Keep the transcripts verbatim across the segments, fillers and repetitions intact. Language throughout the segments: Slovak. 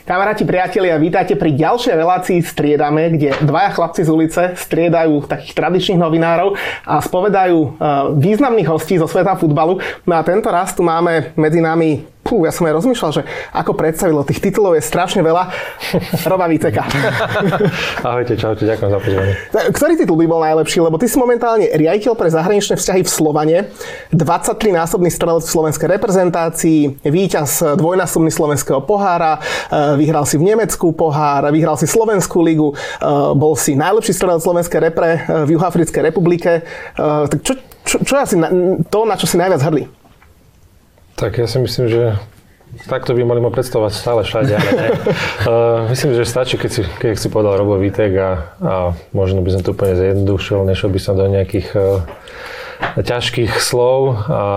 Kamaráti, priatelia, vítajte pri ďalšej relácii Striedame, kde dvaja chlapci z ulice striedajú takých tradičných novinárov a spovedajú významných hostí zo sveta futbalu. No a tento raz tu máme medzi nami, pú, ja som aj rozmýšľal, že ako predstavilo, tých titulov je strašne veľa. Roba Víceka. Ahojte, čaute, ďakujem za pozvanie. Ktorý titul by bol najlepší, lebo ty si momentálne riaditeľ pre zahraničné vzťahy v Slovane, dvadsaťtrinásobný strelec v slovenskej reprezentácii, víťaz dvojnásobný slovenského pohára, vyhral si v Nemecku pohár, vyhral si Slovenskú ligu, bol si najlepší strelec slovenskej repre v Juhoafrickej republike. Tak čo, čo, čo je asi to, na čo si najviac hrdý? Tak ja si myslím, že takto by mali ma predstavovať stále všade, ale ne. uh, myslím, že stačí, keď si, keď si povedal Robo Vítek a, a možno by som to úplne zjednodušil, nešiel by som do nejakých uh, ťažkých slov a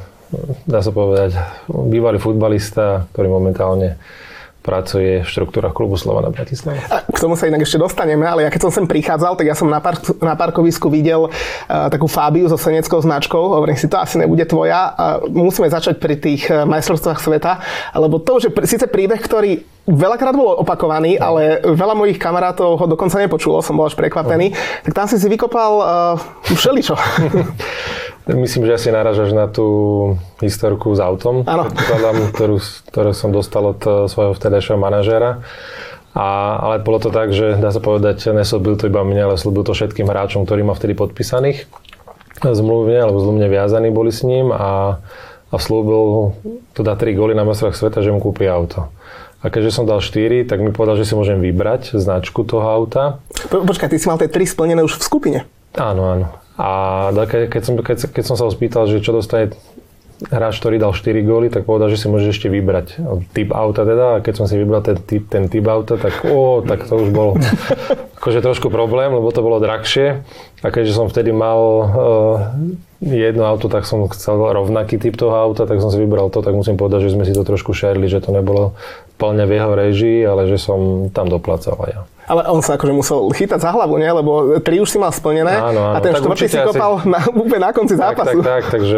dá sa povedať, bývalý futbalista, ktorý momentálne pracuje v štruktúrach klubu Slovana Bratislava. K tomu sa inak ešte dostaneme, ale ja keď som sem prichádzal, tak ja som na, park, na parkovisku videl uh, takú Fabiu so seneckou značkou. Hovorím si, to asi nebude tvoja. Uh, musíme začať pri tých uh, majstrovstvách sveta, lebo to, že pr- síce príbeh, ktorý veľakrát bol opakovaný, no. ale veľa mojich kamarátov ho dokonca nepočulo, som bol až prekvapený, no. tak tam si si vykopal uh, všeličo. Myslím, že asi narážaš na tú historku s autom, ktorú, ktorú som dostal od svojho vtedajšieho manažéra. A, ale bolo to tak, že dá sa povedať, neslúbil to iba mne, ale slúbil to všetkým hráčom, ktorí má vtedy podpísaných zmluvne, alebo zmluvne viazaní boli s ním a, a slúbil teda tri góly na majstrovstvách sveta, že mu kúpi auto. A keďže som dal štyri, tak mi povedal, že si môžem vybrať značku toho auta. Po, počkaj, ty si mal tie tri splnené už v skupine? Áno, áno. A keď, keď, som, keď, keď som sa ho spýtal, že čo dostane hráč, ktorý dal štyri góly, tak povedal, že si môžeš ešte vybrať typ auta teda. A keď som si vybral ten typ, ten typ auta, tak ó, tak to už bol akože trošku problém, lebo to bolo drahšie. A keďže som vtedy mal uh, jedno auto, tak som chcel rovnaký typ toho auta, tak som si vybral to, tak musím povedať, že sme si to trošku šerli, že to nebolo plne v jeho réžii, ale že som tam doplacal aj ja. Ale on sa akože musel chytať za hlavu, nie? Lebo tri už si mal splnené áno, áno. a ten štvrtý si kopal asi na, úplne na konci zápasu. Tak, tak, tak, takže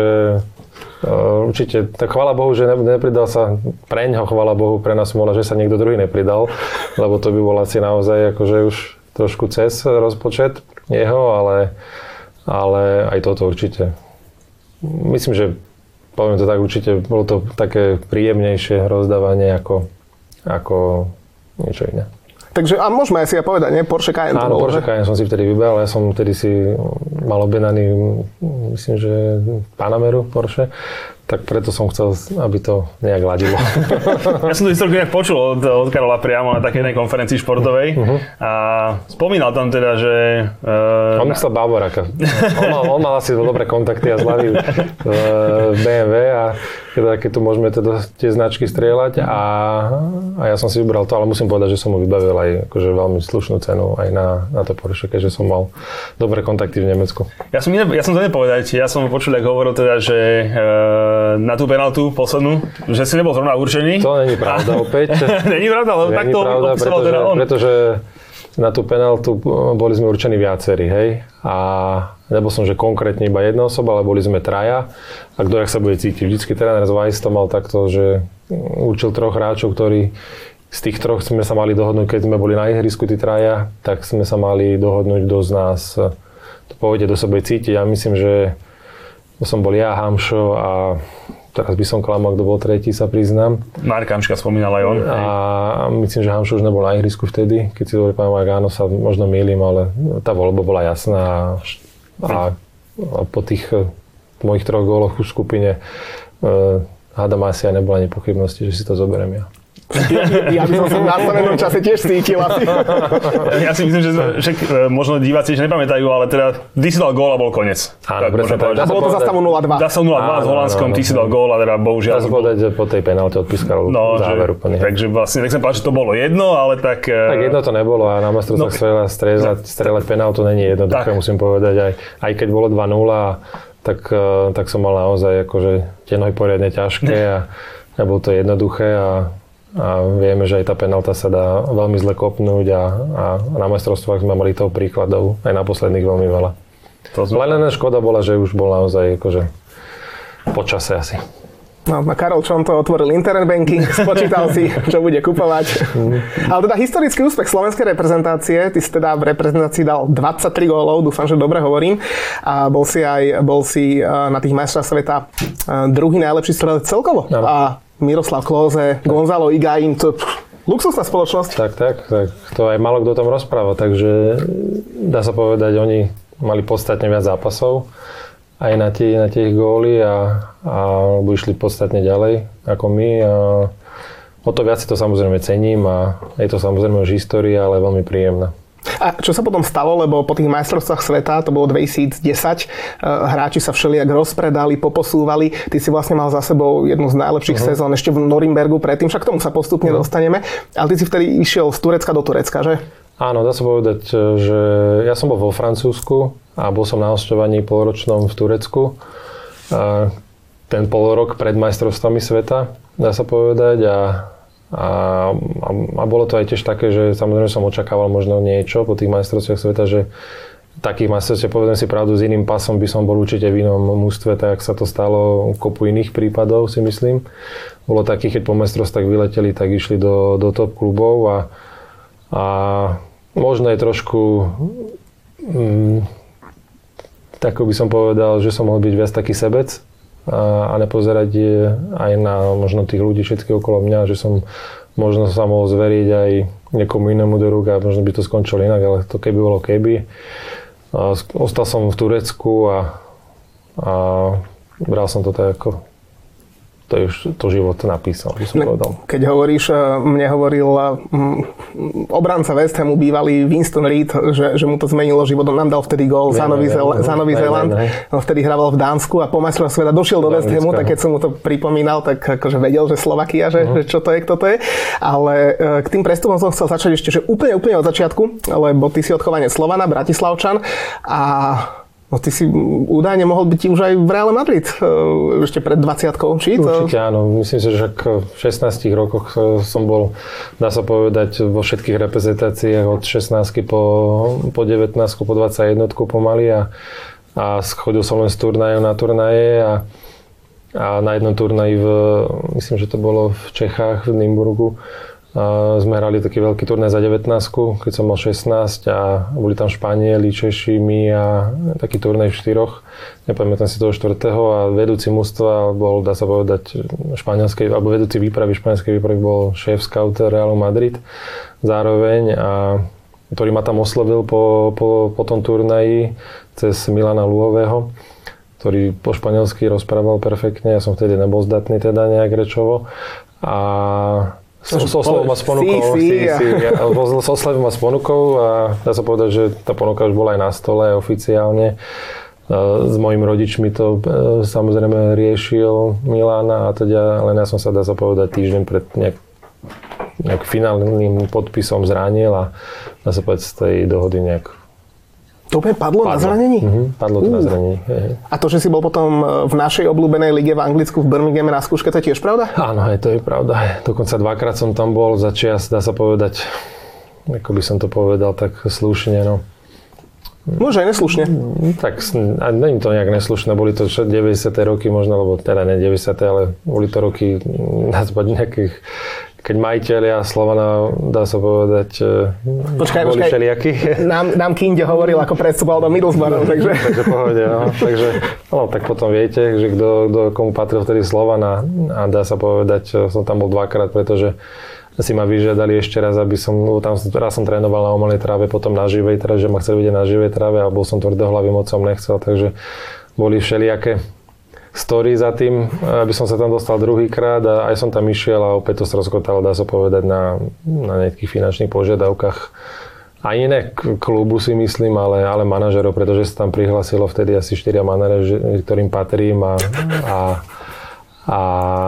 uh, určite, tak chvála Bohu, že nepridal sa preňho, chvála Bohu, pre nás smola, že sa niekto druhý nepridal, lebo to by bol asi naozaj akože už trošku cez rozpočet jeho, ale, ale aj toto určite. Myslím, že poviem to tak, určite bolo to také príjemnejšie rozdávanie ako, ako niečo iné. Takže a môžeme aj si ja povedať, nie? Porsche Cayenne to Áno, bolo, Porsche Cayenne som si vtedy vybral, ja som vtedy si mal objednaný, myslím, že Panameru Porsche, tak preto som chcel, aby to nejak ladilo. Ja som tu historku nejak počul od, od Karola priamo na takej jednej konferencii športovej uh-huh. a spomínal tam teda, že... Uh, on myslel Bavoraka. On mal, on mal asi dobré kontakty a zľavy v bé em vé a teda, keď tu môžeme teda tie značky strieľať a, a ja som si vybral to, ale musím povedať, že som mu vybavil aj akože veľmi slušnú cenu aj na, na to Porsche, keďže som mal dobré kontakty v Nemecku. Ja som, ja som to nepovedať, ja som počul, ako hovoril teda, že uh, na tú penaltu poslednú, že si nebol zrovna určený. To není pravda opäť. Není pravda, ale tak to opísal teda on. Pretože na tú penaltu boli sme určení viacerí, hej. A nebol som, že konkrétne iba jedna osoba, ale boli sme traja. A kto jak sa bude cítiť. Vždycky tréner z Weiss to mal takto, že určil troch hráčov, ktorí z tých troch sme sa mali dohodnúť, keď sme boli na ihrisku tí traja, tak sme sa mali dohodnúť, kto z nás to pôjde do sebe cítiť. Ja myslím, že to som bol ja, Hamšo a teraz by som klamal, kto bol tretí, sa priznám. Marek Hamška spomínal aj on. A myslím, že Hamšo už nebol na ihrisku vtedy, keď si dobre pamätám, áno, sa možno mýlim, ale tá voľba bola jasná a, a po tých mojich troch góloch už v skupine uh, hádam asi aj nebola ani pochybnosti, že si to zoberiem ja. Ja, ja by som sa v nastavenom čase tiež cítil asi. Ja si myslím, že však možno diváci ešte nepamätajú, ale teda ty si dal gól a bol koniec. Áno, presne tak. A bolo to za stavu nula dva. Za stavu nula dva s Holandskom, ty si dal gól a teda bohužiaľ... Dá sa povedať, že po tej penálte odpískal no, záver úplne. Takže vlastne, nechcem povedať, že to bolo jedno, ale tak... Tak jedno to nebolo a na majstrovstvách sveta strieľať, strieľať penáltu není jednoduché, musím povedať. Aj, aj keď bolo dva nula, tak, tak som mal naozaj akože tie nohy poriadne ťažké a nebolo to jednoduché a a vieme, že aj tá penálta sa dá veľmi zle kopnúť a, a na majstrovstvách sme mali toho príkladov aj na posledných veľmi veľa. Len len škoda bola, že už bol naozaj akože po čase asi. No, a Karol Čonto otvoril internet banking, spočítal si, čo bude kupovať. Ale teda historický úspech slovenskej reprezentácie, ty si teda v reprezentácii dal dvadsaťtri gólov, dúfam, že dobre hovorím. A bol si aj bol si na tých majstrovstvách sveta druhý najlepší strelec celkovo. No. A Miroslav Klose, Gonzalo Higuaín, to luxusná spoločnosť. Tak, tak, tak. To aj málo kto o tom rozpráva, takže dá sa povedať, oni mali podstatne viac zápasov aj na tie, na tie ich góly a, a išli podstatne ďalej ako my. A o to viac si to samozrejme cením a je to samozrejme už história, ale veľmi príjemná. A čo sa potom stalo, lebo po tých majstrovstvách sveta, to bolo dvetisícdesať, hráči sa všelijak rozpredali, poposúvali, ty si vlastne mal za sebou jednu z najlepších uh-huh. sezón ešte v Norimbergu predtým, však k tomu sa postupne uh-huh. dostaneme, ale ty si vtedy išiel z Turecka do Turecka, že? Áno, dá sa povedať, že ja som bol vo Francúzsku a bol som na hosťovaní polročnom v Turecku. A ten polrok pred majstrovstvami sveta, dá sa povedať. A, a, a bolo to aj tiež také, že samozrejme som očakával možno niečo po tých majstrovstvách sveta, že takých majstrovstiev, povedzme si pravdu, s iným pasom by som bol určite v inom mužstve, tak sa to stalo kopu iných prípadov, si myslím. Bolo takých, keď po majstrovstvách vyleteli, tak išli do, do top klubov a A možno je trošku, mm, tak by som povedal, že som mohol byť viac taký sebec a, a nepozerať aj na možno tých ľudí všetkých okolo mňa, že som možno sa mohol zveriť aj niekomu inému do rúk a možno by to skončilo inak, ale to keby bolo keby. A ostal som v Turecku a, a bral som to tak ako... To je už to život napísal, by som povedal. Keď hovoríš, mne hovoril obranca West Hamu, bývalý Winston Reid, že, že mu to zmenilo život. On nám dal vtedy gól za Nový Zéland. On vtedy hrával v Dánsku a po majstrovstvách sveta došiel do West Hamu, tak keď som mu to pripomínal, tak akože vedel, že Slovakia, že, uh-huh. že čo to je, kto to je. Ale k tým prestupom som chcel začať ešte, že úplne, úplne od začiatku, lebo ty si odchovanec Slovana, Bratislavčan a no ty si údajne mohol byť už aj v Reále Madrid ešte pred dvadsiatkou, či? Určite áno. Myslím si, že v šestnástich rokoch som bol, dá sa povedať, vo všetkých reprezentáciách od šestnástky po, po devätnástku, po dvadsaťjednotku pomaly a, a chodil som len z turnajov na turnaje a, a na jednom turnaji v, myslím, že to bolo v Čechách, v Nymburgu. A sme hrali taký veľký turnaj za devätnástku, keď som mal šestnásť a boli tam Španieli, Češi, my a taký turnaj v štyroch. Nepamätám si toho štvrtého a vedúci mužstva bol, dá sa povedať, španielskej, alebo vedúci výpravy španielskej výpravy bol šéf scout Realu Madrid zároveň a ktorý ma tam oslovil po, po, po tom turnaji cez Milana Luhového, ktorý po španielsky rozprával perfektne. Ja som vtedy nebol zdatný teda nejak rečovo. A So, so slovom a s ponukou, si, si, si, ja, so slovom a s ponukou a dá sa povedať, že tá ponuka už bola aj na stole oficiálne. S mojimi rodičmi to samozrejme riešil Milana a teda, len ja som sa, dá sa povedať, týždeň pred nejak, nejak finálnym podpisom zranil a dá sa povedať z tej dohody nejak to úplne padlo, padlo na zranení? Uh-huh, padlo to uh. na zranení. Je. A to, že si bol potom v našej obľúbenej lige v Anglicku v Birminghame na skúške, to je tiež pravda? Áno, aj to je pravda. Dokonca dvakrát som tam bol za čias, dá sa povedať, ako by som to povedal, tak slušne, no. Môže aj neslušne. Tak, a nie je to nejak neslušné, boli to deväťdesiate roky možno, lebo teda ne deväťdesiate, ale boli to roky nazvať nejakých, keď majiteľia Slovana, dá sa povedať, počkaj, boli počkaj. všelijakí. Nám, nám Kinde hovoril, ako predstupoval do Middlesbrough, takže... takže pohode, no. Takže, no, tak potom viete, že kto, kto komu patril vtedy Slovan a, a dá sa povedať, som tam bol dvakrát, pretože si ma vyžiadali ešte raz, aby som, lebo tam raz som trénoval na umelej tráve, potom na živej tráve, že ma chceli vidieť na živej tráve a bol som tvrdohlavý, moc som nechcel, takže boli všelijaké story za tým, aby som sa tam dostal druhýkrát a aj som tam išiel a opäť to stroskotalo, dá sa povedať, na, na nejakých finančných požiadavkách. Ani ne klubu si myslím, ale, ale manažerov, pretože sa tam prihlásilo vtedy asi štyria manažeri, ktorým patrím a, a, a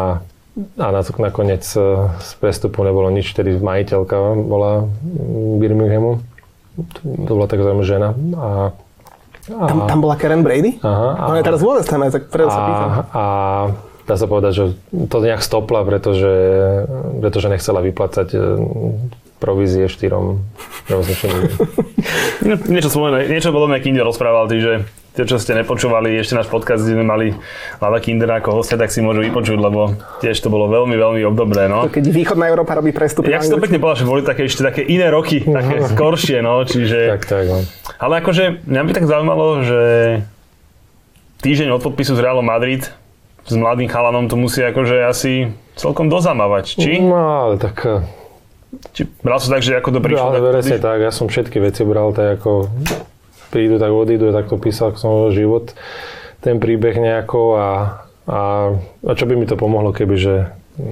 A nakoniec z prestupu nebolo nič, vtedy majiteľka bola Birminghamu. To bola tak zaujímavá žena. A, a, tam, tam bola Karen Brady? Aha. A, Ona je teraz vôbec tam, tak preto sa pýtam. A dá sa povedať, že to nejak stopla, pretože, pretože nechcela vyplácať provízie štyrom rozličným. Nie, niečo spomenuté, niečo podobné Kinder rozprával, tí, že tie, čo ste nepočúvali ešte náš podcast, kde sme mali Lada Kindera ako hostia, tak si môžu vypočuť, lebo tiež to bolo veľmi, veľmi obdobné. No. To keď východná Európa robí prestupy. Jak si to pekne povedal, že boli také ešte také iné roky, také skoršie, no, čiže... Tak, tak, no. Ale akože, mňa by tak zaujímalo, že týždeň od podpisu s Realom Madrid s mladým chalanom to musí akože asi celkom dozamávať, či? No, ale tak... Či bral som tak, že ako to prišlo? Ale presne tak, ja som všetky veci bral tak ako prídu, tak odídu, tak to písal som život, ten príbeh nejako a, a, a čo by mi to pomohlo, kebyže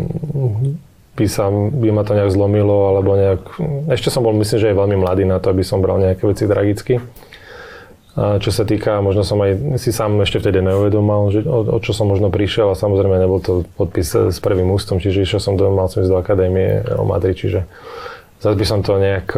by, sa, by ma to nejak zlomilo, alebo nejak... Ešte som bol, myslím, že aj veľmi mladý na to, aby som bral nejaké veci tragicky. A čo sa týka, možno som aj si sám ešte vtedy neuvedomal, že o, o čo som možno prišiel a samozrejme nebol to podpis s prvým ústom, čiže išiel som do, mal som ísť do akadémie o Madrid, čiže zase by som to nejak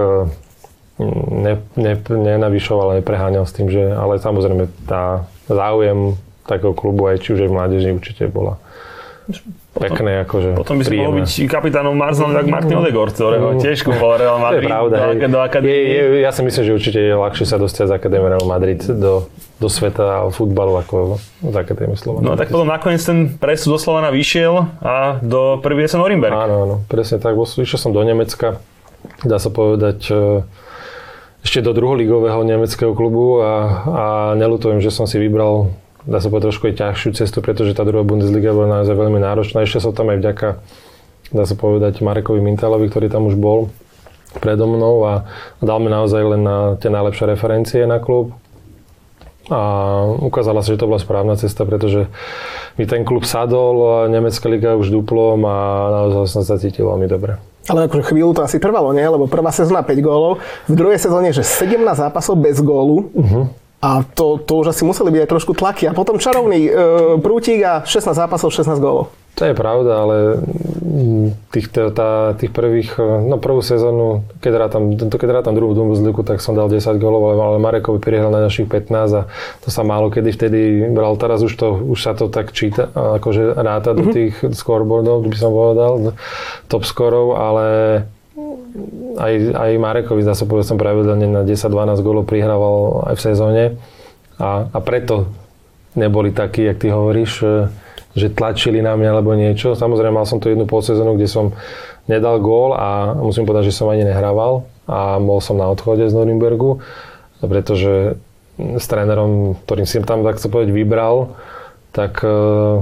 ne, ne, nenavyšoval, nepreháňal s tým, že, ale samozrejme tá záujem takého klubu aj či už aj v mládeži určite bola pekné, akože potom by si mohol príjemné. byť kapitánom Arsenalu tak Martin Odegaard, ktorého tiež kúpal Real Madrid. To je pravda, do, do akadémie. Je, je, ja si myslím, že určite je ľahšie sa dostať z akadémie Real Madrid do, do sveta futbalu ako z akadémie Slovana. No tak potom nakoniec ten presud do Slovana vyšiel a do prvý es en Norimberg. Áno, áno, presne tak. Išiel som do Nemecka, dá sa povedať, ešte do druholigového nemeckého klubu a, a neľutujem, že som si vybral, dá sa povedať, trošku aj ťažšiu cestu, pretože tá druhá Bundesliga bola naozaj veľmi náročná. Ešte som tam aj vďaka, dá sa povedať, Marekovi Mintalovi, ktorý tam už bol predo mnou a dal mi naozaj len na tie najlepšie referencie na klub. A ukázala sa, že to bola správna cesta, pretože mi ten klub sadol, nemecká liga už duplom a naozaj som sa cítil veľmi dobre. Ale akože chvíľu to asi trvalo, nie? Lebo prvá sezóna päť gólov, v druhej sezóne, že sedemnásť zápasov bez gólu. Uh-huh. A to, to už asi museli byť aj trošku tlaky. A potom čarovný e, prútik a šestnásť zápasov, šestnásť gólov. To je pravda, ale tých, tá, tých prvých, no prvú sezónu, keď rátam, keď rátam druhú Bundesligu, tak som dal desať gólov, ale, ale Marekovi prihral na našich pätnásť a to sa málo kedy vtedy bral. Teraz už, to, už sa to tak číta, akože ráta do tých scoreboardov, by som povedal, top scorov, ale aj, aj Marekovi, zdá sa povedať, som pravidelne na desať dvanásť gólov prihrával aj v sezóne a, a preto neboli takí, jak ty hovoríš, že tlačili na mňa alebo niečo. Samozrejme, mal som tu jednu polsezónu, kde som nedal gól a musím povedať, že som ani nehrával a bol som na odchode z Norimbergu, pretože s trénerom, ktorým si tam, tak sa povedať, vybral, tak e,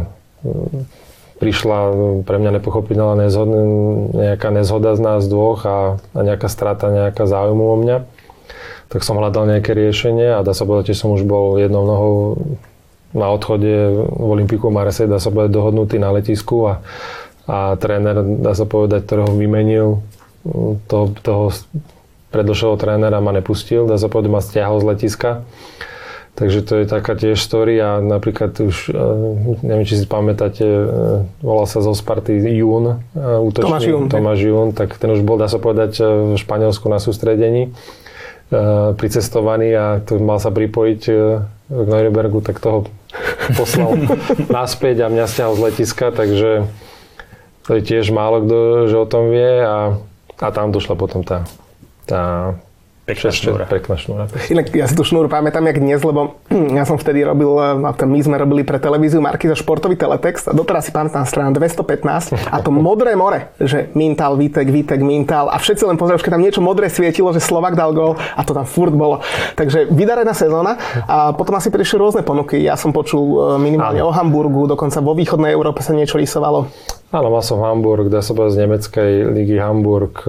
prišla pre mňa nepochopiteľná nezhoda, nejaká nezhoda z nás dvoch a, a nejaká strata, nejaká záujmu o mňa. Tak som hľadal nejaké riešenie a dá sa povedať, že som už bol jednou nohou na odchode v Olympiku Marseille, dá sa povedať, dohodnutý na letisku a, a tréner, dá sa povedať, ktorého vymenil, toho, toho predošlého trénera ma nepustil, dá sa povedať, ma stiahol z letiska. Takže to je taká tiež story a napríklad už, neviem, či si pamätáte, volal sa zo Sparty Jún, útočný, Tomáš Jún, Tomáš Jún, tak ten už bol, dá sa povedať, v Španielsku na sústredení pricestovaný a to mal sa pripojiť k Norimbergu, tak toho poslal naspäť a mňa stiahol z letiska, takže to je tiež málo kto, že o tom vie a, a tam došla potom tá, tá pekná šnúra. Pekná šnúra. Inak ja si tú šnúru pamätám jak dnes, lebo ja som vtedy robil, my sme robili pre televíziu Marky za športový teletext a doteraz si pamätám strana dvestopätnásť a to modré more, že Mintal, Vítek, Vítek, Mintal a všetci len pozerajú, keď tam niečo modré svietilo, že Slovak dal gól a to tam furt bolo. Takže vydarená sezóna a potom asi prišli rôzne ponuky. Ja som počul minimálne Áno. o Hamburgu, dokonca vo východnej Európe sa niečo rysovalo. Áno, mal som Hamburg, dá sa povedať z nemeckej ligy Hamburg,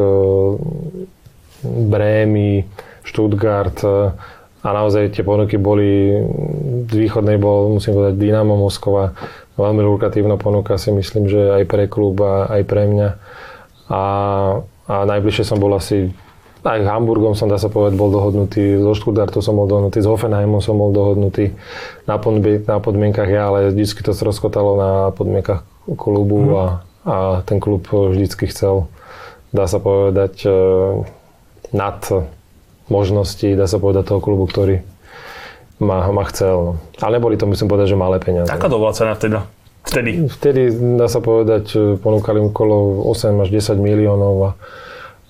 Brémy, Stuttgart a naozaj tie ponuky boli, z východnej bol, musím povedať, Dynamo Moskva, veľmi lukratívna ponuka si myslím, že aj pre klub a aj pre mňa a, a najbližšie som bol asi, aj Hamburgom som, dá sa povedať, bol dohodnutý, zo Stuttgartu som bol dohodnutý, z Hoffenheimom som bol dohodnutý na, podmien- na podmienkach ja, ale vždycky to stroskotalo na podmienkach klubu mm. a, a ten klub vždycky chcel, dá sa povedať, nad možnosti, dá sa povedať, toho klubu, ktorý ma, ma chcel. Ale neboli to, musím povedať, že malé peniaze. Aká to bola cena vtedy? Vtedy? Vtedy, dá sa povedať, ponúkali okolo osem až desať miliónov a,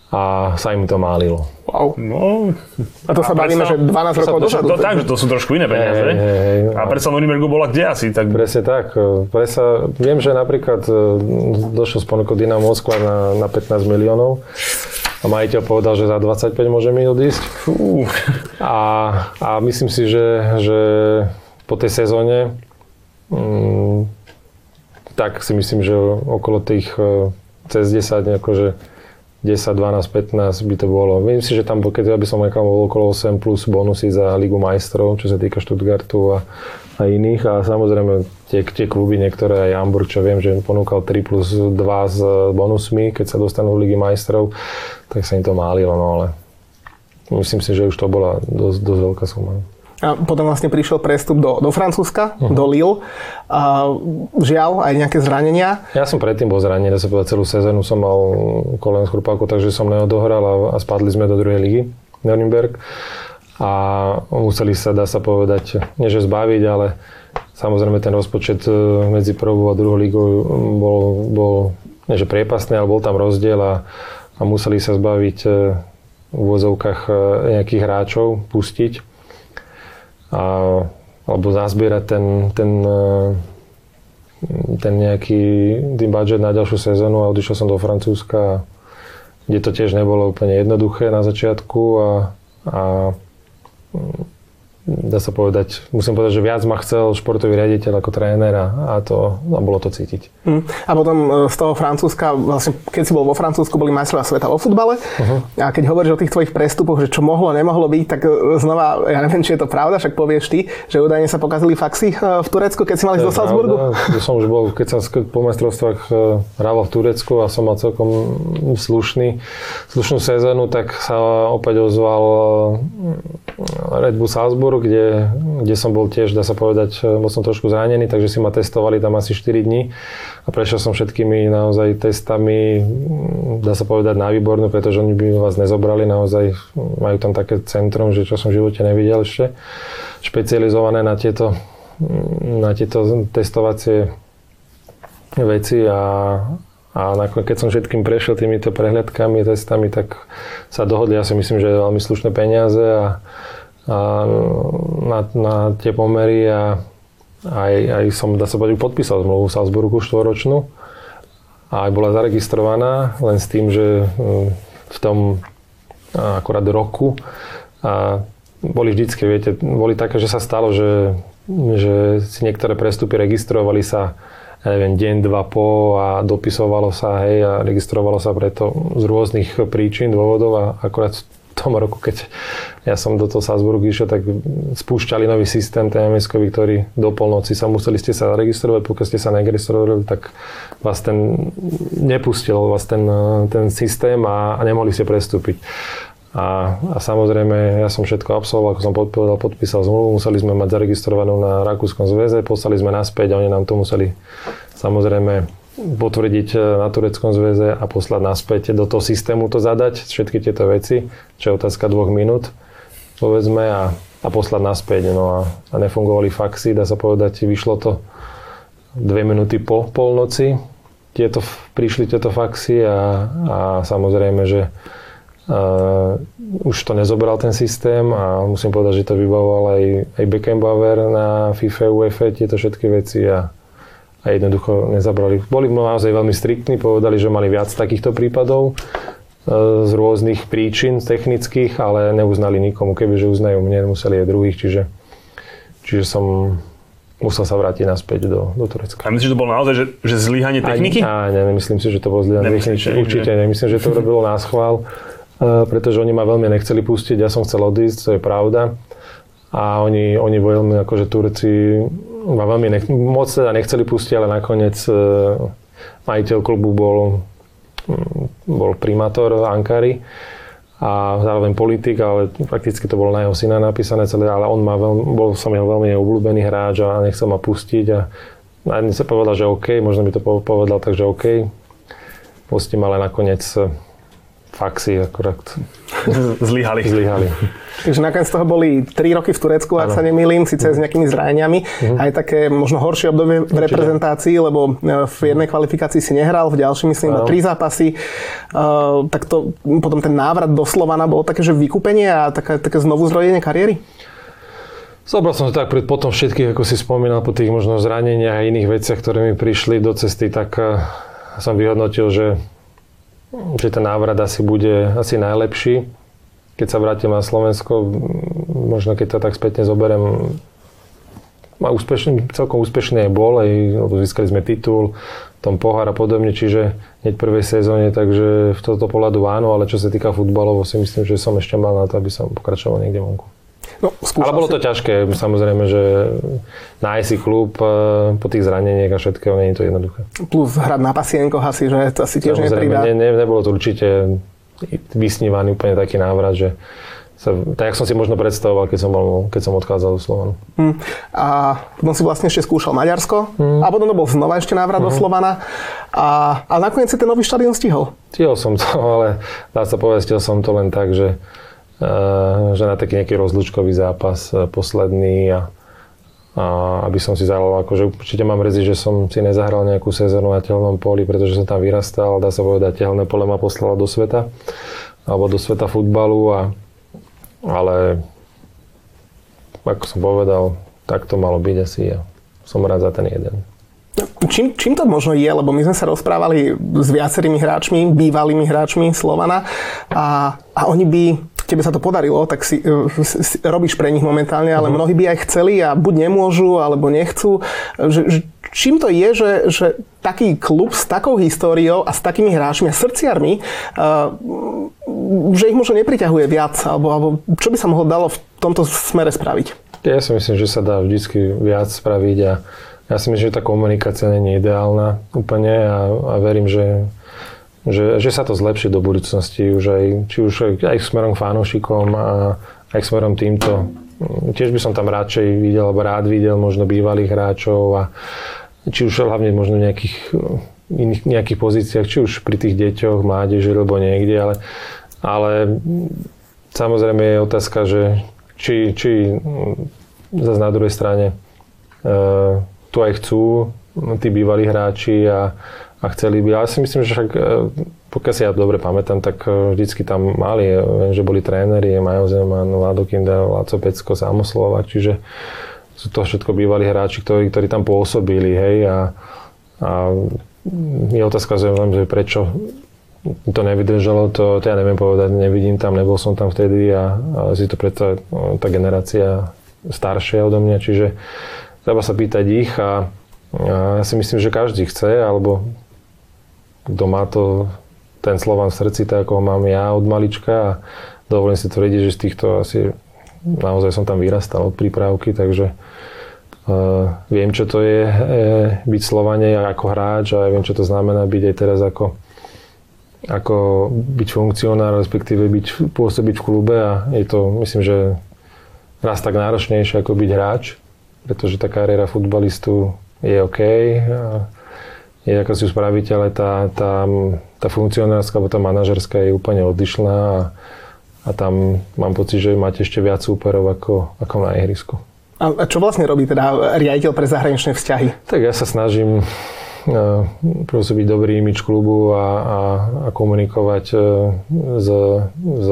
a sa im to málilo. Wow. No, a to sa a bavíme, že dvanásť rokov dozadu. To, tak, že to sú trošku iné peniaze. Hey, hey, hey, a predsa Norimbergu bola kde asi? Tak... Presne tak. Presa, viem, že napríklad došiel z ponukou Dynamo Moskva na, na pätnásť miliónov a majiteľ povedal, že za dvadsaťpäť môže mi odísť. Fú. A, a myslím si, že, že po tej sezóne mm, tak si myslím, že okolo tých cez desať, akože desať, dvanásť, pätnásť by to bolo. Myslím si, že tam, keď ja by som nechal okolo osem plus bonusy za Ligu majstrov, čo sa týka Stuttgartu a, a iných. A samozrejme tie, tie kluby, niektoré aj Hamburg, čo viem, že ponúkal tri plus dva s bonusmi, keď sa dostanú do Ligy majstrov, tak sa im to málilo, no ale myslím si, že už to bola dosť, dosť veľká suma. A potom vlastne prišiel prestup do, do Francúzska, uh-huh. do Lille. A žiaľ, aj nejaké zranenia. Ja som predtým bol zranený, dá sa povedať, celú sezónu som mal kolen chrupavku, takže som neodohral a, a spadli sme do druhej ligy, Nürnberg. A museli sa, dá sa povedať, nie že zbaviť, ale samozrejme ten rozpočet medzi prvou a druhou ligou bol, bol nie že priepastný, ale bol tam rozdiel a, a museli sa zbaviť v úvodzovkách nejakých hráčov, pustiť. A, alebo zazbierať ten, ten, ten nejaký tým budget na ďalšiu sezónu a odišiel som do Francúzska, kde to tiež nebolo úplne jednoduché na začiatku a, a dá sa povedať, musím povedať, že viac ma chcel športový riaditeľ ako tréner a, a to a bolo to cítiť. Mm. A potom z toho Francúzska, vlastne keď si bol vo Francúzsku, boli majstrovstvá sveta vo futbale. Uh-huh. A keď hovoríš o tých tvojich prestupoch, že čo mohlo, nemohlo byť, tak znova, ja neviem, či je to pravda, však povieš ty, že údajne sa pokazili faxy v Turecku, keď si mal ísť do Salzburgu. Ja som už bol, keď som po majstrovstvách hrával v Turecku a som mal celkom slušný, slušnú sezónu, tak sa opäť ozval Red Bull Salzburg, kde, kde som bol tiež, dá sa povedať, bol som trošku zranený, takže si ma testovali tam asi štyri dni a prešiel som všetkými naozaj testami, dá sa povedať, na výbornú, pretože oni by vás nezobrali, naozaj majú tam také centrum, že čo som v živote nevidel ešte, špecializované na tieto, na tieto testovacie veci a A keď som všetkým prešiel týmito prehľadkami, testami, tak sa dohodli, ja si myslím, že veľmi slušné peniaze a, a na, na tie pomery a aj, aj som, dá sa povedať, podpísal zmluvu v Salzburgu štvoročnú a aj bola zaregistrovaná, len s tým, že v tom akorát roku a boli vždycky, viete, boli také, že sa stalo, že, že si niektoré prestupy registrovali sa ja neviem, deň, dva po a dopisovalo sa, hej, a registrovalo sa preto z rôznych príčin, dôvodov a akorát v tom roku, keď ja som do toho Salzburgu išiel, tak spúšťali nový systém té em es-kový, ktorý do polnoci sa museli ste sa registrovať, pokiaľ ste sa neregistrovali, tak vás ten nepustil vás ten, ten systém a, a nemohli ste prestúpiť. A, a samozrejme, ja som všetko absolvoval, ako som podpísal, podpísal zmluvu, museli sme mať zaregistrovanú na Rakúskom zväze, poslali sme naspäť a oni nám to museli samozrejme potvrdiť na Tureckom zväze a poslať naspäť do toho systému to zadať, všetky tieto veci, čo je otázka dvoch minút, povedzme, a, a poslať naspäť. No a, a nefungovali faxy, dá sa povedať, vyšlo to dve minúty po polnoci, tieto, prišli tieto faxy a, a samozrejme, že Uh, už to nezobral ten systém a musím povedať, že to vybavoval aj, aj Beckenbauer na FIFA, UEFA, tieto všetky veci a, a jednoducho nezabrali. Boli naozaj veľmi striktní, povedali, že mali viac takýchto prípadov uh, z rôznych príčin technických, ale neuznali nikomu, kebyže uznajú mne, museli aj druhých, čiže, čiže som musel sa vrátiť naspäť do, do Turecka. A myslíš, že to bolo naozaj, že, že zlyhanie techniky? Á, ne, nemyslím si, že to bolo zlyhanie techniky. Určite nemyslím, že to robilo náschvál. Uh, pretože oni ma veľmi nechceli pustiť, ja som chcel odísť, to je pravda. A oni, oni veľmi, akože Turci ma veľmi nech, moc teda nechceli pustiť, ale nakoniec uh, majiteľ klubu bol, bol primátor Ankary a zároveň politik, ale prakticky to bolo na jeho syna napísané celé, ale on ma veľmi, bol som jeho veľmi neobľúbený hráč a nechcel ma pustiť a na jedný sa povedal, že OK, možno by to povedal, takže OK. Pustím, ale nakoniec faxy akorát zlyhali. Zlyhali. Takže nakoniec toho boli tri roky v Turecku, ak ano. sa nemýlim, síce s nejakými zraneniami. Uh-huh. Aj také možno horšie obdobie v reprezentácii, lebo v jednej kvalifikácii si nehral, v ďalšej myslím iba tri zápasy. Uh, tak to potom ten návrat do Slovana bolo také, že vykúpenie a také, také znovu zrodenie kariéry? Zobral som to tak pred potom všetkých, ako si spomínal, po tých možno zraneniach a iných veciach, ktoré mi prišli do cesty, tak uh, som vyhodnotil, že, že ten návrat asi bude asi najlepší. Keď sa vrátim na Slovensko, možno keď to tak spätne zoberiem, úspešný, celkom úspešný aj bol, aj, lebo získali sme titul, tom pohár a podobne, čiže hneď v prvej sezóne, takže v tomto pohľadu áno, ale čo sa týka futbalov, si myslím, že som ešte mal na to, aby som pokračoval niekde vonku. No, ale bolo to si... ťažké, samozrejme, že nájsť si klub po tých zraneniach a všetkého, nie je to jednoduché. Plus hrať na pasienkoch asi, že to asi tiež nepridá. Ne, ne, nebolo to určite vysnívaný úplne taký návrat, že sa, tak, jak som si možno predstavoval, keď som, bol, keď som odchádzal do Slovanu. Hmm. A potom si vlastne ešte skúšal Maďarsko hmm. a potom to bol znova ešte návrat hmm. do Slovana a, a nakoniec si ten nový štadión stihol. Stihol som to, ale dá sa povedať, stihol som to len tak, že, uh, že na taký nejaký rozlúčkový zápas uh, posledný a a aby som si zahral, akože určite mám mrzí, že som si nezahral nejakú sezónu na tehelnom poli, pretože som tam vyrastal, dá sa povedať, tehelné pole ma poslalo do sveta, alebo do sveta futbalu, a, ale ako som povedal, tak to malo byť asi a som rád za ten jeden. Čím, čím to možno je, lebo my sme sa rozprávali s viacerými hráčmi, bývalými hráčmi Slovana a, a oni by, tebe sa to podarilo, tak si, si robíš pre nich momentálne, ale uh-huh. mnohí by aj chceli a buď nemôžu, alebo nechcú. Že, že, čím to je, že, že taký klub s takou históriou a s takými hráčmi a srdciarmi, uh, že ich možno nepriťahuje viac, alebo, alebo čo by sa mohlo dalo v tomto smere spraviť? Ja si myslím, že sa dá vždycky viac spraviť a ja si myslím, že tá komunikácia nie je ideálna úplne a, a verím, že, že, že sa to zlepší do budúcnosti, už aj, či už aj, aj smerom k fanúšikom a aj smerom týmto. Tiež by som tam radšej videl, alebo rád videl možno bývalých hráčov a či už hlavne možno v nejakých iných nejakých pozíciách, či už pri tých deťoch, mládeži, alebo niekde, ale, ale samozrejme je otázka, že či, či zase na druhej strane uh, tu aj chcú tí bývalí hráči a, a chceli by. Ale si myslím, že však, pokiaľ si ja dobre pamätám, tak vždycky tam mali, že boli tréneri, Majo Zeman, Vlado Kinda, Laco Pecko, Samoslova, čiže sú to všetko bývalí hráči, ktorí, ktorí tam pôsobili, hej, a, a je otázka, že prečo to nevydržalo, to, to ja neviem povedať, nevidím tam, nebol som tam vtedy a, a si to preto tá generácia staršia odo mňa, čiže treba sa pýtať ich a, a ja si myslím, že každý chce, alebo kto má to, ten Slovan v srdci, tak ako ho mám ja od malička a dovolím si tvrdiť, že z týchto asi naozaj som tam vyrastal od prípravky, takže uh, viem, čo to je e, byť v Slovane ako hráč a viem, čo to znamená byť aj teraz ako, ako byť funkcionár, respektíve byť, pôsobiť v klube a je to, myslím, že raz tak náročnejšie ako byť hráč, pretože tá kariéra futbalistu je OK, je ako si spravíte, ale tá, tá, tá funkcionárska alebo tá manažerská je úplne odlišná a, a tam mám pocit, že máte ešte viac súperov ako, ako na ihrisku. A čo vlastne robí teda riaditeľ pre zahraničné vzťahy? Tak ja sa snažím uh, pôsobiť dobrý imidž klubu a, a, a komunikovať uh, s, s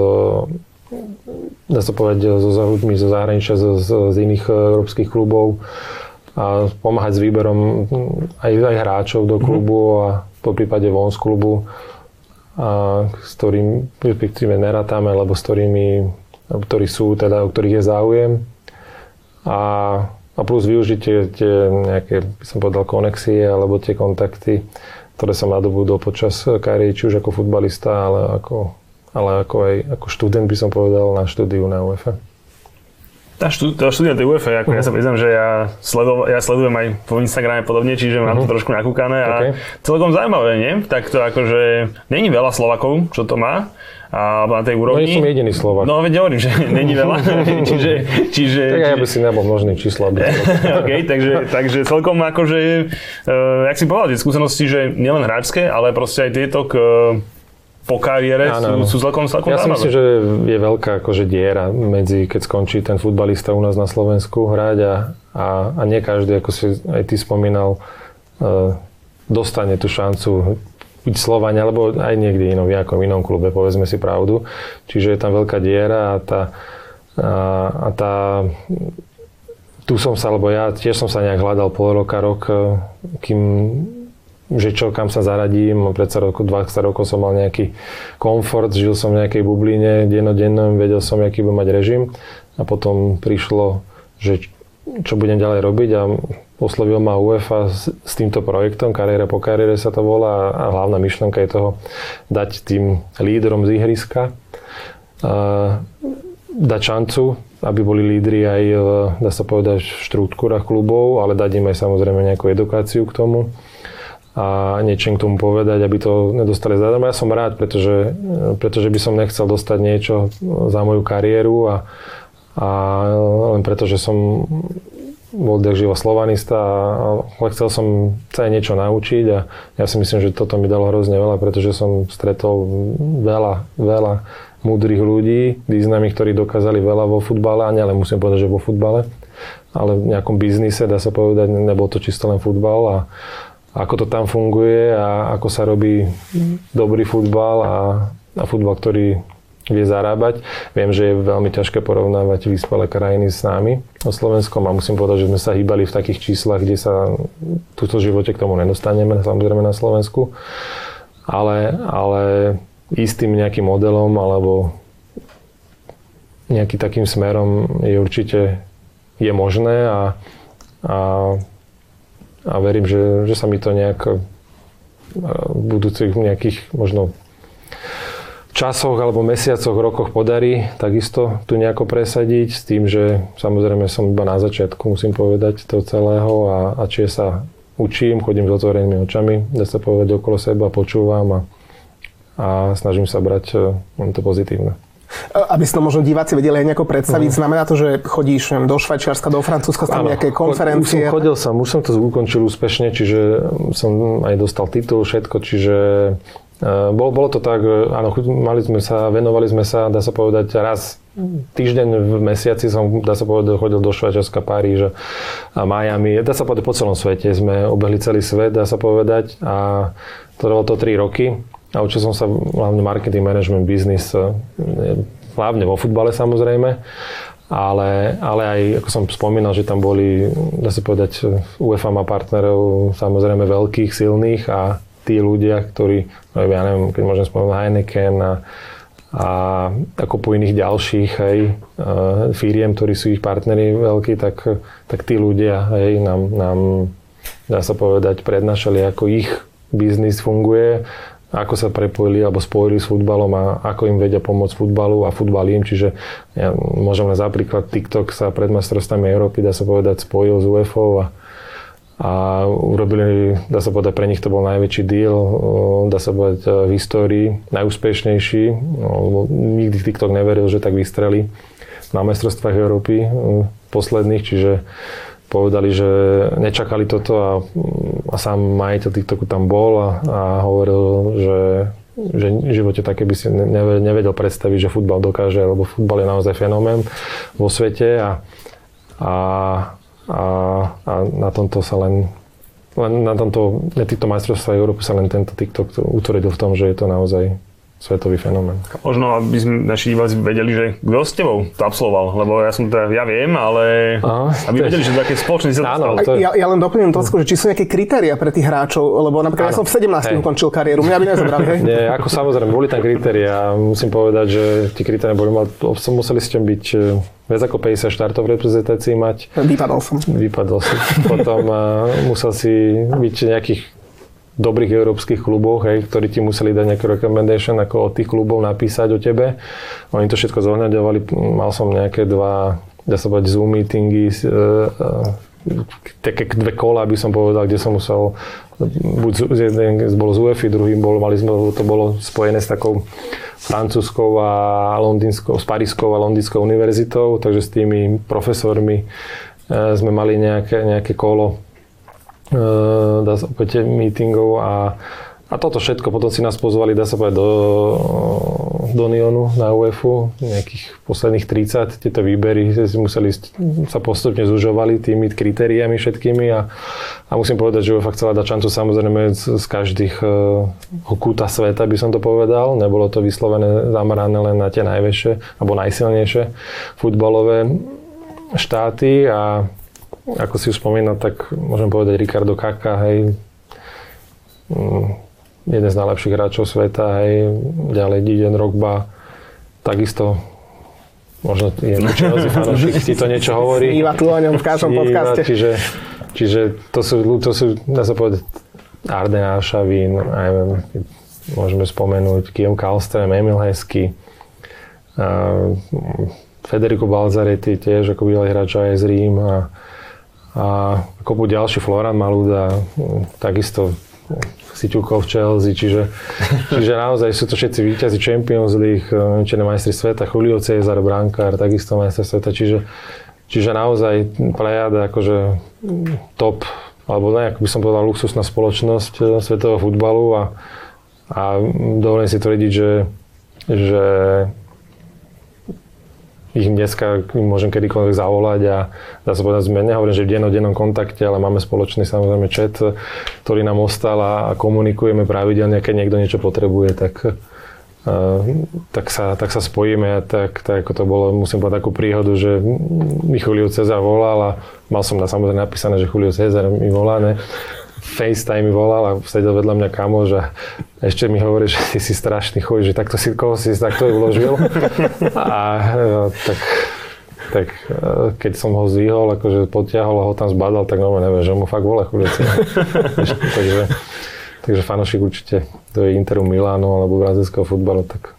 dá sa povedať, so ľuďmi zo zahraničia, z, z iných európskych klubov a pomáhať s výberom aj, aj hráčov do klubu a po prípade von z klubu, a s ktorým respektíve nerátame, alebo s ktorými, ktorí sú, teda o ktorých je záujem. A, a plus využiť tie, tie nejaké, by som povedal, konexie alebo tie kontakty, ktoré som nadobudol počas kariéry, či už ako futbalista, ale ako ale ako aj ako študent by som povedal na štúdiu na ú ef á. Tá, štú, tá študent ú ef á, ako uh-huh. ja sa priznám, že ja, sledo, ja sledujem aj po Instagrame podobne, čiže mám uh-huh. to trošku nakúkané a okay. celkom zaujímavé, nie? Tak to akože, není veľa Slovakov, čo to má, a na tej úrovni. No nie som jediný Slovak. No veď hovorím, že není veľa, čiže, čiže... Tak ja by si nebol možný číslo. OK, takže, takže celkom akože, uh, jak si povedal, tie skúsenosti, že nielen hráčské, ale proste aj tieto k po kariére sú, sú celkom, celkom Ja si zaujímavé. myslím, že je veľká akože diera medzi, keď skončí ten futbalista u nás na Slovensku hrať a, a, a nie každý, ako si aj ty spomínal, uh, dostane tú šancu byť Slovane, alebo aj niekde inom, v nejakom inom klube, povedzme si pravdu. Čiže je tam veľká diera a tá, a, a tá tu som sa, alebo ja tiež som sa nejak hľadal pol roka, rok, kým že čo, kam sa zaradím, predsa roku, dvadsať rokov som mal nejaký komfort, žil som v nejakej bubline, dennodennom, vedel som, aký budem mať režim a potom prišlo, že čo budem ďalej robiť a oslovil ma UEFA s, s týmto projektom, kariéra po kariére sa to volá a hlavná myšlienka je toho dať tým lídrom z ihriska, a dať šancu, aby boli lídri aj, dá sa povedať, v štruktúrach klubov, ale dať im aj samozrejme nejakú edukáciu k tomu a niečo k tomu povedať, aby to nedostali zadarmo. Ja som rád, pretože, pretože by som nechcel dostať niečo za moju kariéru a, a len preto, že som bol tak živo slovanista a chcel som sa aj niečo naučiť a ja si myslím, že toto mi dalo hrozne veľa, pretože som stretol veľa, veľa múdrych ľudí, významných, ktorí dokázali veľa vo futbale a nielen musím povedať, že vo futbale, ale v nejakom biznise, dá sa povedať, nebol to čisto len futbal a ako to tam funguje a ako sa robí dobrý futbal a, a futbal, ktorý vie zarábať. Viem, že je veľmi ťažké porovnávať vyspelé krajiny s nami, o Slovenskom a musím povedať, že sme sa hýbali v takých číslach, kde sa túto živote k tomu nedostaneme, samozrejme na Slovensku. Ale, ale istým nejakým modelom alebo nejakým takým smerom je určite je možné a, a A verím, že, že sa mi to nejak v budúcich nejakých možno časoch alebo mesiacoch, rokoch podarí takisto tu nejako presadiť s tým, že samozrejme som iba na začiatku, musím povedať, toho celého a, a či sa učím, chodím s otvorenými očami, dá sa povedať okolo seba, počúvam a, a snažím sa brať len to pozitívne. Aby si to možno diváci vedeli aj nejako predstaviť, uh-huh. Znamená to, že chodíš neviem, do Švajčiarska, do Francúzska, tam nejaké konferencie? Už som chodil som, už som to ukončil úspešne, čiže som aj dostal titul, všetko, čiže uh, bolo, bolo to tak, áno, mali sme sa, venovali sme sa, dá sa povedať, raz týždeň v mesiaci som, dá sa povedať, chodil do Švajčiarska, Paríža a Miami, dá sa povedať, po celom svete sme obehli celý svet, dá sa povedať a to bolo to tri roky. A učil som sa hlavne marketing, management, business, hlavne vo futbale samozrejme, ale, ale aj, ako som spomínal, že tam boli, dá sa povedať, UEFA má partnerov samozrejme veľkých, silných a tí ľudia, ktorí, ja neviem, keď môžem spomenúť Heineken a, a ako po iných ďalších hej, firiem, ktorí sú ich partneri veľkí, tak, tak tí ľudia hej, nám, nám, dá sa povedať, prednášali, ako ich biznis funguje, ako sa prepojili alebo spojili s futbalom a ako im vedia pomôcť futbalu a futbal im. Čiže ja môžem len za príklad, TikTok sa pred majstrovstvami Európy, dá sa povedať, spojil s UEFou a, a urobili, dá sa povedať, pre nich to bol najväčší deal, dá sa povedať, v histórii, najúspešnejší. No, nikdy TikTok neveril, že tak vystrelí na majstrovstvách Európy posledných, čiže povedali, že nečakali toto a, a sám majiteľ TikToku tam bol a, a hovoril, že, že v živote také by si nevedel predstaviť, že futbal dokáže, lebo futbal je naozaj fenomén vo svete a, a, a, a na tomto sa len, len na tomto, na týchto majstrovstvách Európy sa len tento TikTok utvrdil v tom, že je to naozaj svetový fenomén. Možno, aby sme naši diváci vedeli, že kto s tebou to absolvoval, lebo ja som teda, ja viem, ale Aha, aby vedeli, že do akej spoločnosti sa dostal. To je... ja, ja len doplním otázku, že či sú nejaké kritéria pre tých hráčov, lebo napríklad áno. Ja som v sedemnástich ukončil kariéru, mňa by nezobrali, hej? Nie, ako samozrejme, boli tam kritéria. Musím povedať, že tie kritéria boli, museli ste byť viac ako päťdesiat štartov v reprezentácii mať. Vypadol som. Vypadol si. Potom uh, musel si byť nejakých dobrých európskych kluboch, hej, ktorí ti museli dať nejakú recommendation, ako od tých klubov napísať o tebe. Oni to všetko zohľadňovali. Mal som nejaké dva, dá sa povedať, Zoom meetingy, e, e, také dve kola, aby som povedal, kde som musel, buď jeden bol z UEFA, druhým bol, mali sme, to bolo spojené s takou francúzskou a londýnskou, s parískou a londýnskou univerzitou, takže s tými profesormi e, sme mali nejaké, nejaké kolo dá sa opäť meetingov a, A toto všetko, potom si nás pozvali, dá sa povedať, do, do Nyonu na UEFA, nejakých posledných tridsať, tieto výbery si museli, sa postupne zužovali tými kritériami všetkými a, a musím povedať, že UEFA chcela dať šancu samozrejme z, z každých uh, kúta sveta, by som to povedal, nebolo to vyslovené zamerané len na tie najväčšie alebo najsilnejšie futbalové štáty a ako si už spomínal, tak môžem povedať Ricardo Kaká, hej, um, jeden z najlepších hráčov sveta, hej, ďalej Didier Drogba, takisto, možno je to Chelsea fanúšik, ti to niečo hovorí. Sníva tu o ňom v každom podcaste. Čiže, čiže to sú, to sú, dá sa povedať, Arden Arshavin, neviem, môžeme spomenúť Guillaume Kallström, Emil Heskey, uh, Federico Balzaretti, tiež ako bývalý hráč á es Rím a, a kopu ďalší, Florian Malouda, takisto Siťukov v Chelsea, čiže, čiže naozaj sú to všetci víťazi Champions League, čiže majstri sveta, Julio César, brankár, takisto majster sveta, čiže, čiže naozaj plejada akože top, alebo ne, ako by som povedal, luxusná spoločnosť svetového futbalu a, a dovolím si tvrdiť, že, že ich dneska môžem kedykoľvek zavolať a dá sa povedať zmene. Hovorím, že v dennodennom kontakte, ale máme spoločný samozrejme chat, ktorý nám ostal a komunikujeme pravidelne, keď niekto niečo potrebuje, tak, uh, tak, sa, tak sa spojíme a tak, tak ako to bolo, musím povedať takú príhodu, že mi Julio César volal a mal som na samozrejme napísané, že Julio César mi volá, ne? FaceTime mi volal a sedel vedľa mňa kamoš a ešte mi hovorí, že ty si strašný chuj, že takto si, koho si takto uložil. A tak, tak keď som ho zvýhol, akože potiahol a ho tam zbadal, tak normálne neviem, že mu fakt volá chuliaci. takže, takže fanošik určite do Interu Milánu alebo brazilského futbalu, tak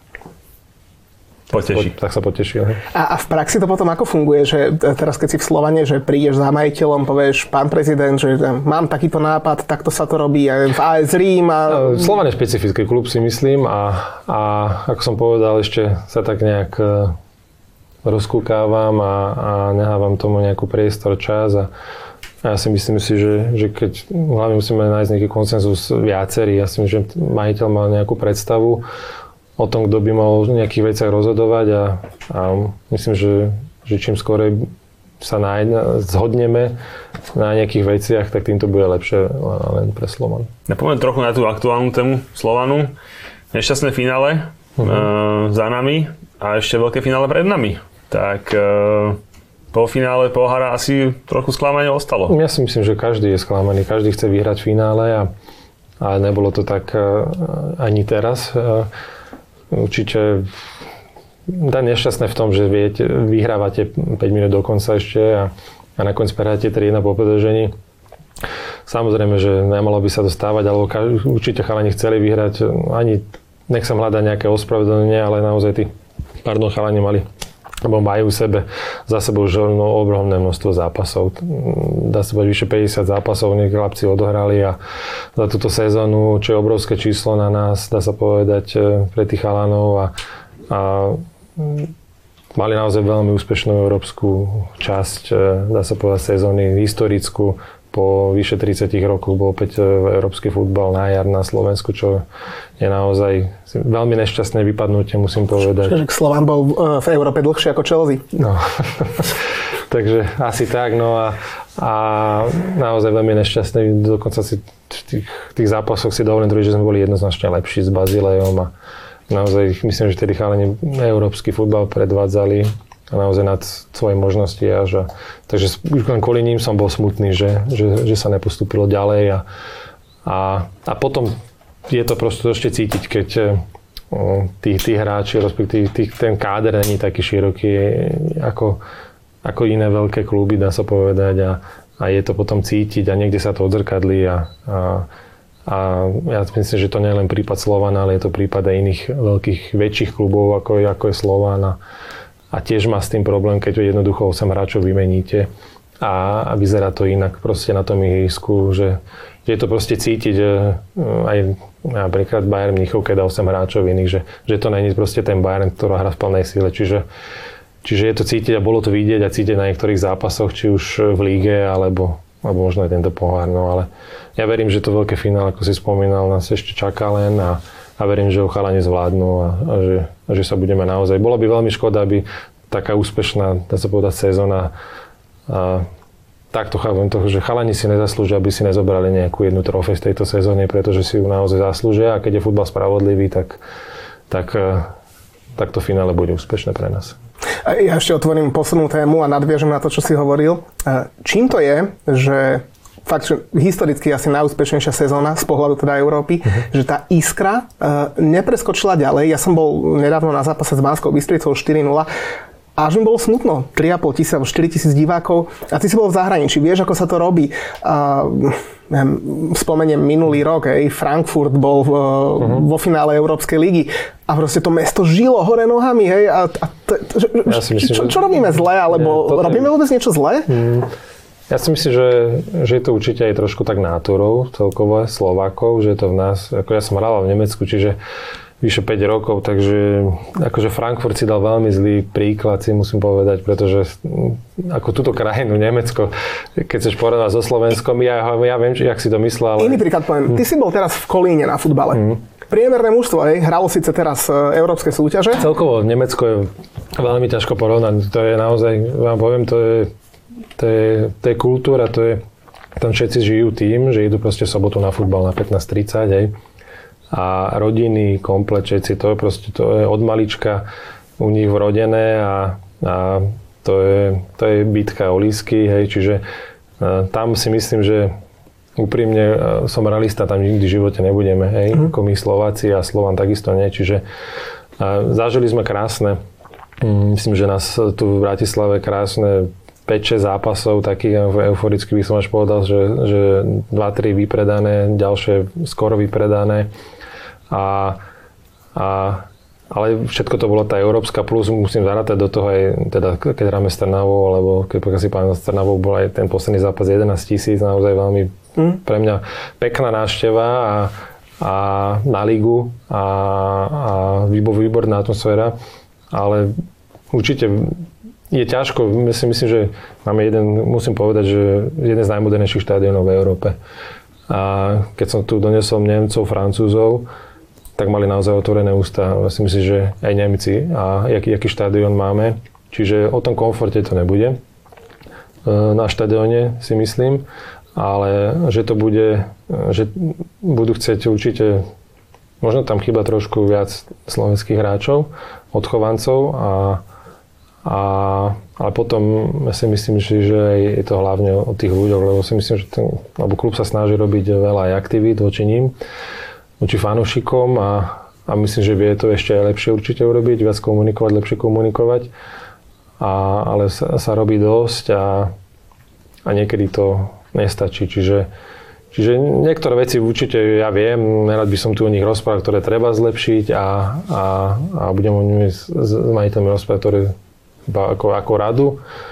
Poteší. Tak sa potešil. A, a v praxi to potom ako funguje, že teraz keď si v Slovane, že prídeš za majiteľom, povieš, pán prezident, že mám takýto nápad, takto sa to robí aj v á es Rím a... Slovan je špecifický klub, si myslím, a, a ako som povedal, ešte sa tak nejak rozkúkávam a, a nehávam tomu nejakú priestor, čas a ja si myslím si, že, že keď hlavne musíme nájsť nejaký konsenzus viacerý, ja si myslím, že majiteľ má nejakú predstavu o tom, kto by mal v nejakých veciach rozhodovať a, a myslím, že, že čím skôr sa nájde, zhodneme na nejakých veciach, tak tým to bude lepšie len pre Slovan. Ja poviem trochu na tú aktuálnu tému Slovanu. Nešťastné finále uh-huh. e, za nami a ešte veľké finále pred nami. Tak e, po finále pohára asi trochu sklamanie ostalo. Ja si myslím, že každý je sklamaný, každý chce vyhrať finále a, a nebolo to tak e, ani teraz. E, Určite dá nešťastné v tom, že viete, vyhrávate päť minút do konca ešte a, a nakoniec prehráte tri jedna po predĺžení. Samozrejme, že nemalo by sa to stávať, alebo určite chalani chceli vyhrať. Ani nechcem hľadať nejaké ospravedlnenie, ale naozaj tí pardon, chalani mali lebo majú sebe za sebou už no, obrovné množstvo zápasov. Dá sa povedať, vyše päťdesiat zápasov niektorí chlapci odohrali a za túto sezónu, čo je obrovské číslo na nás, dá sa povedať, pre tých chalanov a, a mali naozaj veľmi úspešnú európsku časť, dá sa povedať, sezóny historickú. Po vyše tridsiatich rokoch bol opäť európsky futbal na jar na Slovensku, čo je naozaj veľmi nešťastné vypadnutie, musím povedať. Čiže Slovan bol v Európe dlhšie ako Chelsea. No, takže asi tak, no a, a naozaj veľmi nešťastné, dokonca si v tých, tých zápasoch si dovolím tvrdiť, že sme boli jednoznačne lepší s Bazilejom a naozaj myslím, že tedy chalani európsky futbal predvádzali a naozaj nad svoje možnosti až a, takže už len kvôli ním som bol smutný, že, že, že sa nepostúpilo ďalej a, a, a potom je to proste ešte cítiť, keď o, tí, tí hráči, respektíve tí, ten káder není taký široký ako, ako iné veľké kluby, dá sa povedať a, a je to potom cítiť a niekde sa to odzrkadlí a, a, a ja myslím, že to nie je len prípad Slovana, ale je to prípad aj iných veľkých, väčších klubov, ako, ako je Slovan a A tiež má s tým problém, keď jednoducho osem hráčov vymeníte a, a vyzerá to inak proste na tom ihrisku, že, že je to proste cítiť aj napríklad Bayern Mníchov, keď dá osem hráčov iných, že, že to není proste ten Bayern, ktorá hrá v plnej síle. Čiže, čiže je to cítiť a bolo to vidieť a cítiť na niektorých zápasoch, či už v líge alebo, alebo možno aj tento pohár, no ale ja verím, že to veľké finále, ako si spomínal, nás ešte čaká len a, a verím, že ho chalani zvládnu a, a, že, a že sa budeme naozaj. Bolo by veľmi škoda, aby taká úspešná, dá sa povedať, sezóna a takto chápem to, že chalani si nezaslúžia, aby si nezobrali nejakú jednu trofej z tejto sezóny, pretože si ju naozaj zaslúžia a keď je futbal spravodlivý, tak, tak, tak to finále bude úspešné pre nás. Ja ešte otvorím poslednú tému a nadviažem na to, čo si hovoril. Čím to je, že fakt, že historicky asi najúspešnejšia sezóna z pohľadu teda Európy, uh-huh. že tá iskra nepreskočila ďalej. Ja som bol nedávno na zápase s Banskou Bystricou štyri nula. Až mi bolo smutno. tri a pol tisíc alebo štyri tisíc divákov. A ty si bol v zahraničí. Vieš, ako sa to robí. Uh, spomeniem minulý rok. Ej, Frankfurt bol v, uh-huh. vo finále Európskej ligy. A proste to mesto žilo hore nohami. Hej. A, a to, to, ja myslím, čo, čo robíme zle? Alebo ja, robíme vôbec niečo zle? Hmm. Ja si myslím, že, že je to určite aj trošku tak náturou celkovo Slovákov, že je to v nás. Ako ja som hral v Nemecku, čiže vyše päť rokov, takže akože Frankfurt si dal veľmi zlý príklad, si musím povedať, pretože ako túto krajinu, Nemecko, keď chceš porovnať so Slovenskom, ja, ja viem, jak si to myslel, ale... Iný príklad poviem, ty si bol teraz v Kolíne na futbale. Mm. Priemerné mužstvo, hej, hralo síce teraz európske súťaže. Celkovo Nemecko je veľmi ťažko porovnať, to je naozaj, vám poviem, to je, to je, to je kultúra, to je, tam všetci žijú tým, že idú proste v sobotu na futbal na pätnásť tridsať, hej. A rodiny, komplet, všetci, to je proste, to je od malička u nich vrodené a, a to, je, to je bitka o lístky, hej, čiže a, tam si myslím, že úprimne som realista, tam nikdy v živote nebudeme, hej, mm. ako my Slováci a Slovan takisto nie, čiže a, zažili sme krásne, myslím, že nás tu v Bratislave krásne päť šesť zápasov, takých euforicky by som až povedal, že, že dva tri vypredané, ďalšie skoro vypredané. A, a, ale všetko to bolo tá európska plus, musím zarátať do toho aj, teda keď hráme s Trnavou, alebo keď si pamätám s Trnavou, bol aj ten posledný zápas jedenásť tisíc, naozaj veľmi mm. pre mňa pekná návšteva a, a na ligu a, a výbor, výborná atmosféra, ale určite je ťažko, myslím, myslím, že máme jeden, musím povedať, že jeden z najmodernejších štádionov v Európe. A keď som tu doniesol Nemcov, Francúzov, tak mali naozaj otvorené ústa. Myslím si, že aj Nemci a jaký, jaký štádion máme. Čiže o tom komforte to nebude na štadióne, si myslím. Ale že to bude, že budú chcieť určite, možno tam chýba trošku viac slovenských hráčov, odchovancov a A, ale potom ja si myslím, že je to hlavne o tých ľuďoch, lebo si myslím, že ten, alebo klub sa snaží robiť veľa aj aktivít voči ním, voči fanúšikom a, a myslím, že vie to ešte aj lepšie určite urobiť, viac komunikovať, lepšie komunikovať, a, ale sa, sa robí dosť a, a niekedy to nestačí, čiže Čiže niektoré veci určite ja viem, nerad by som tu o nich rozprával, ktoré treba zlepšiť a, a, a budem o nimi s, s majiteľmi rozprávať, ktoré Ako, ako radu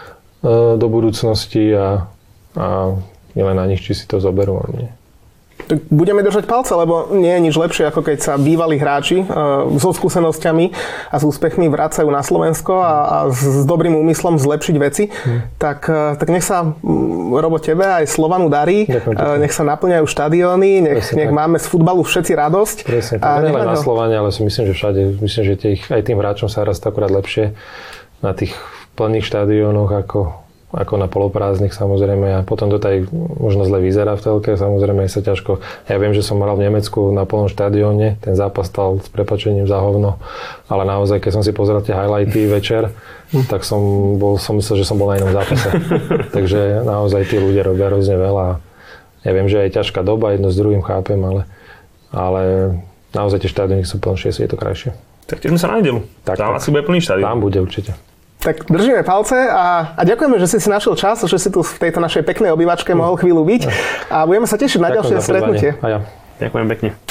e, do budúcnosti a, a je len na nich, či si to zoberú a nie. Tak budeme držať palce, lebo nie je nič lepšie, ako keď sa bývalí hráči e, so skúsenosťami a s úspechmi vracajú na Slovensko a, a s dobrým úmyslom zlepšiť veci. Hmm. Tak, e, tak nech sa Robo tebe aj Slovanu darí, e, nech sa naplňajú štadióny, nech, nech máme z futbalu všetci radosť. Presne, tak nie len na Slovane, ale si myslím, že všade, myslím, že tých, aj tým hráčom sa raz akurát lepšie na tých plných štadiónoch ako, ako na poloprázdnych, samozrejme. A potom to aj možno zle vyzerá v telke, samozrejme sa ťažko. Ja viem, že som hral v Nemecku na plnom štadióne, ten zápas stal s prepáčením za hovno, ale naozaj, keď som si pozrel tie highlighty večer, tak som, bol, som myslel, že som bol na inom zápase. Takže naozaj tí ľudia robia hrozne veľa. Ja viem, že je ťažká doba, jedno s druhým chápem, ale, ale naozaj tie štadióny sú plnšie, je to krajšie. Tak teším sa na nedeľu. Tak, tam tak, asi bude plný štadión. Tam bude určite. Tak držíme palce a, a ďakujeme, že si si našiel čas, že si tu v tejto našej peknej obývačke mohol chvíľu byť a budeme sa tešiť na ďalšie stretnutie. A ja. Ďakujem pekne.